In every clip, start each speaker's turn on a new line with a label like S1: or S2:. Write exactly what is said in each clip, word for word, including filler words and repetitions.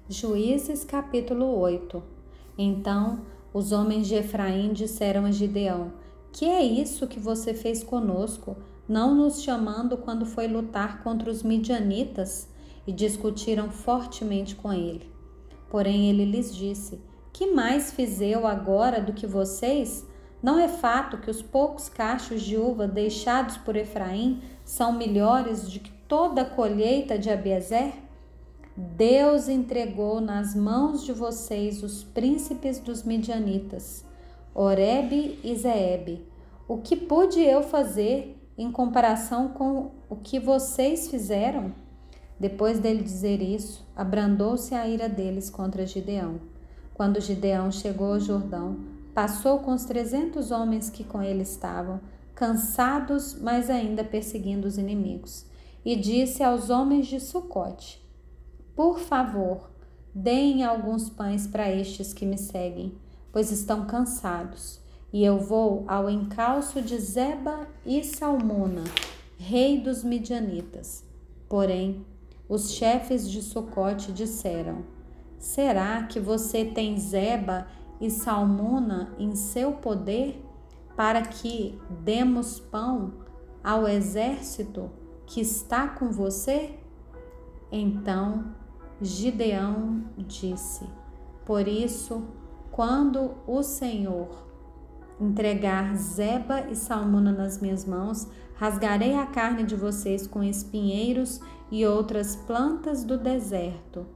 S1: Juízes capítulo oito. Então os homens de Efraim disseram a Gideão: Que é isso que você fez conosco, não nos chamando quando foi lutar contra os midianitas? E discutiram fortemente com ele. Porém ele lhes disse: Que mais fiz eu agora do que vocês? Não é fato que os poucos cachos de uva deixados por Efraim são melhores do que toda a colheita de Abiezer? Deus entregou nas mãos de vocês os príncipes dos midianitas, Oreb e Zeebe. O que pude eu fazer em comparação com o que vocês fizeram? Depois dele dizer isso, abrandou-se a ira deles contra Gideão. Quando Gideão chegou ao Jordão, passou com os trezentos homens que com ele estavam, cansados, mas ainda perseguindo os inimigos, e disse aos homens de Sucote: Por favor, deem alguns pães para estes que me seguem, pois estão cansados, e eu vou ao encalço de Zeba e Salmuna, rei dos midianitas. Porém, os chefes de Sucote disseram: Será que você tem Zeba e Salmuna em seu poder para que demos pão ao exército que está com você? Então Gideão disse: Por isso, quando o Senhor entregar Zeba e Salmuna nas minhas mãos, rasgarei a carne de vocês com espinheiros e outras plantas do deserto.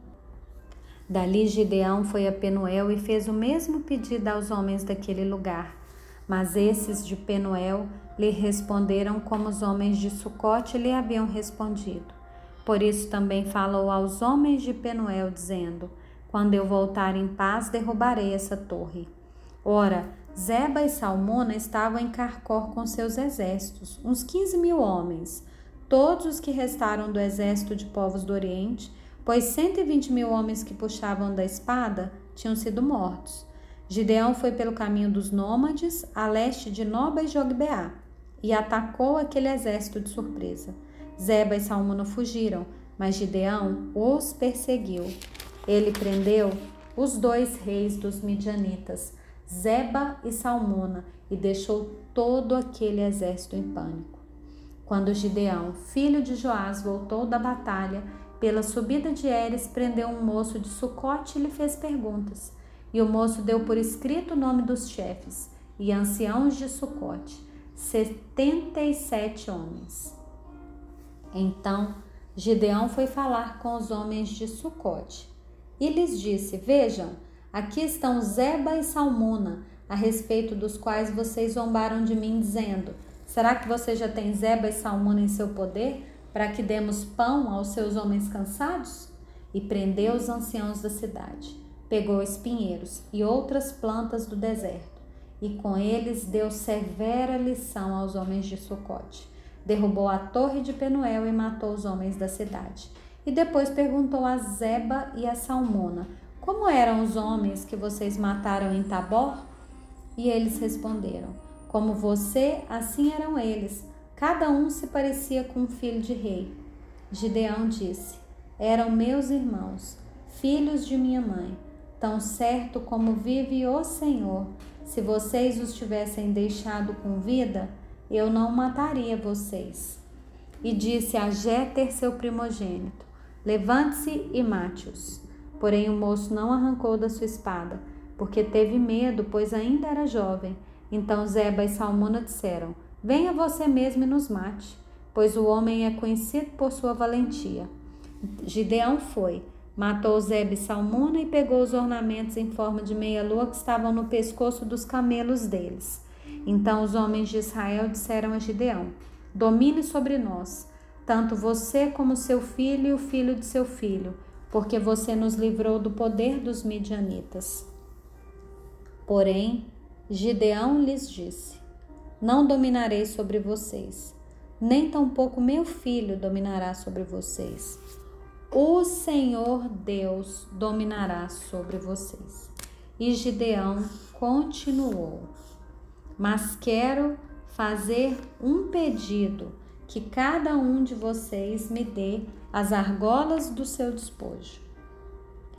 S1: Dali Gideão foi a Penuel e fez o mesmo pedido aos homens daquele lugar. Mas esses de Penuel lhe responderam como os homens de Sucote lhe haviam respondido. Por isso também falou aos homens de Penuel, dizendo: Quando eu voltar em paz, derrubarei essa torre. Ora, Zeba e Salmuna estavam em Carcor com seus exércitos, uns quinze mil homens, todos os que restaram do exército de povos do Oriente, pois cento e vinte mil homens que puxavam da espada tinham sido mortos. Gideão foi pelo caminho dos nômades, a leste de Noba e Jogbeá, e atacou aquele exército de surpresa. Zeba e Salmuna fugiram, mas Gideão os perseguiu. Ele prendeu os dois reis dos midianitas, Zeba e Salmuna, e deixou todo aquele exército em pânico. Quando Gideão, filho de Joás, voltou da batalha, pela subida de Heres, prendeu um moço de Sucote e lhe fez perguntas. E o moço deu por escrito o nome dos chefes e anciãos de Sucote, setenta e sete homens. Então Gideão foi falar com os homens de Sucote e lhes disse: Vejam, aqui estão Zeba e Salmuna, a respeito dos quais vocês zombaram de mim, dizendo: Será que você já tem Zeba e Salmuna em seu poder, para que demos pão aos seus homens cansados? E prendeu os anciãos da cidade, pegou espinheiros e outras plantas do deserto, e com eles deu severa lição aos homens de Sucote. Derrubou a torre de Penuel e matou os homens da cidade. E depois perguntou a Zeba e a Salmuna: Como eram os homens que vocês mataram em Tabor? E eles responderam: Como você, assim eram eles. Cada um se parecia com um filho de rei. Gideão disse: Eram meus irmãos, filhos de minha mãe. Tão certo como vive o Senhor, se vocês os tivessem deixado com vida, eu não mataria vocês. E disse a Jéter, seu primogênito: Levante-se e mate-os. Porém o moço não arrancou da sua espada, porque teve medo, pois ainda era jovem. Então Zeba e Salmuna disseram: Venha você mesmo e nos mate, pois o homem é conhecido por sua valentia. Gideão foi, matou Zeba e Salmuna e pegou os ornamentos em forma de meia-lua que estavam no pescoço dos camelos deles. Então os homens de Israel disseram a Gideão: Domine sobre nós, tanto você como seu filho e o filho de seu filho, porque você nos livrou do poder dos midianitas. Porém, Gideão lhes disse: Não dominarei sobre vocês, nem tampouco meu filho dominará sobre vocês. O Senhor Deus dominará sobre vocês. E Gideão continuou: Mas quero fazer um pedido, que cada um de vocês me dê as argolas do seu despojo.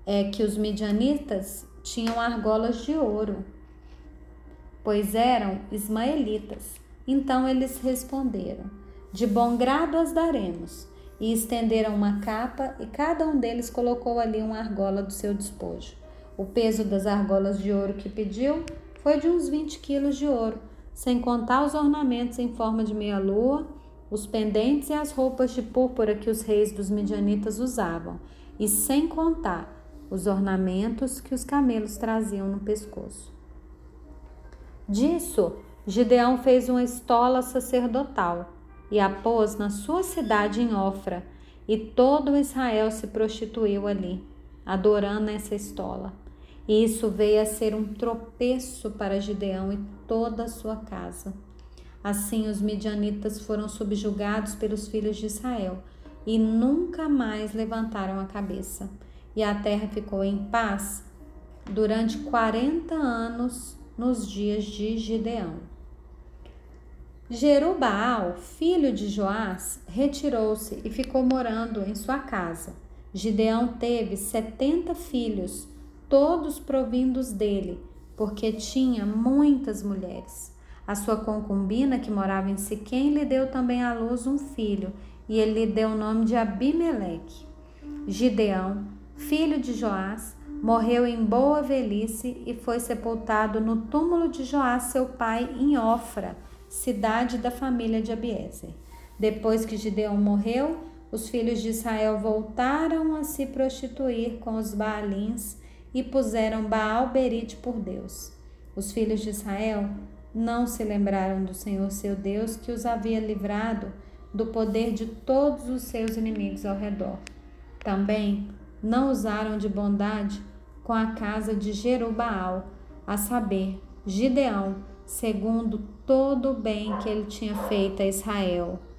S1: é que os midianitas tinham argolas de ouro, pois eram ismaelitas. Então eles responderam: de bom grado as daremos. E estenderam uma capa, e cada um deles colocou ali uma argola do seu despojo. O peso das argolas de ouro que pediu foi de uns vinte quilos de ouro, sem contar os ornamentos em forma de meia-lua, os pendentes e as roupas de púrpura que os reis dos midianitas usavam, e sem contar os ornamentos que os camelos traziam no pescoço. Disso, Gideão fez uma estola sacerdotal e a pôs na sua cidade em Ofra, e todo Israel se prostituiu ali, adorando essa estola. E isso veio a ser um tropeço para Gideão e toda a sua casa. Assim os midianitas foram subjugados pelos filhos de Israel e nunca mais levantaram a cabeça. E a terra ficou em paz durante quarenta anos nos dias de Gideão. Jerubaal, filho de Joás, retirou-se e ficou morando em sua casa. Gideão teve setenta filhos, todos provindos dele, porque tinha muitas mulheres. A sua concubina, que morava em Siquém, lhe deu também à luz um filho, e ele lhe deu o nome de Abimeleque. Gideão, filho de Joás, morreu em boa velhice e foi sepultado no túmulo de Joás, seu pai, em Ofra, cidade da família de Abiezer. Depois que Gideão morreu, os filhos de Israel voltaram a se prostituir com os Baalins e puseram Baal-berite por Deus. Os filhos de Israel não se lembraram do Senhor seu Deus, que os havia livrado do poder de todos os seus inimigos ao redor. Também não usaram de bondade com a casa de Jerubaal, a saber, Gideão, segundo todo o bem que ele tinha feito a Israel.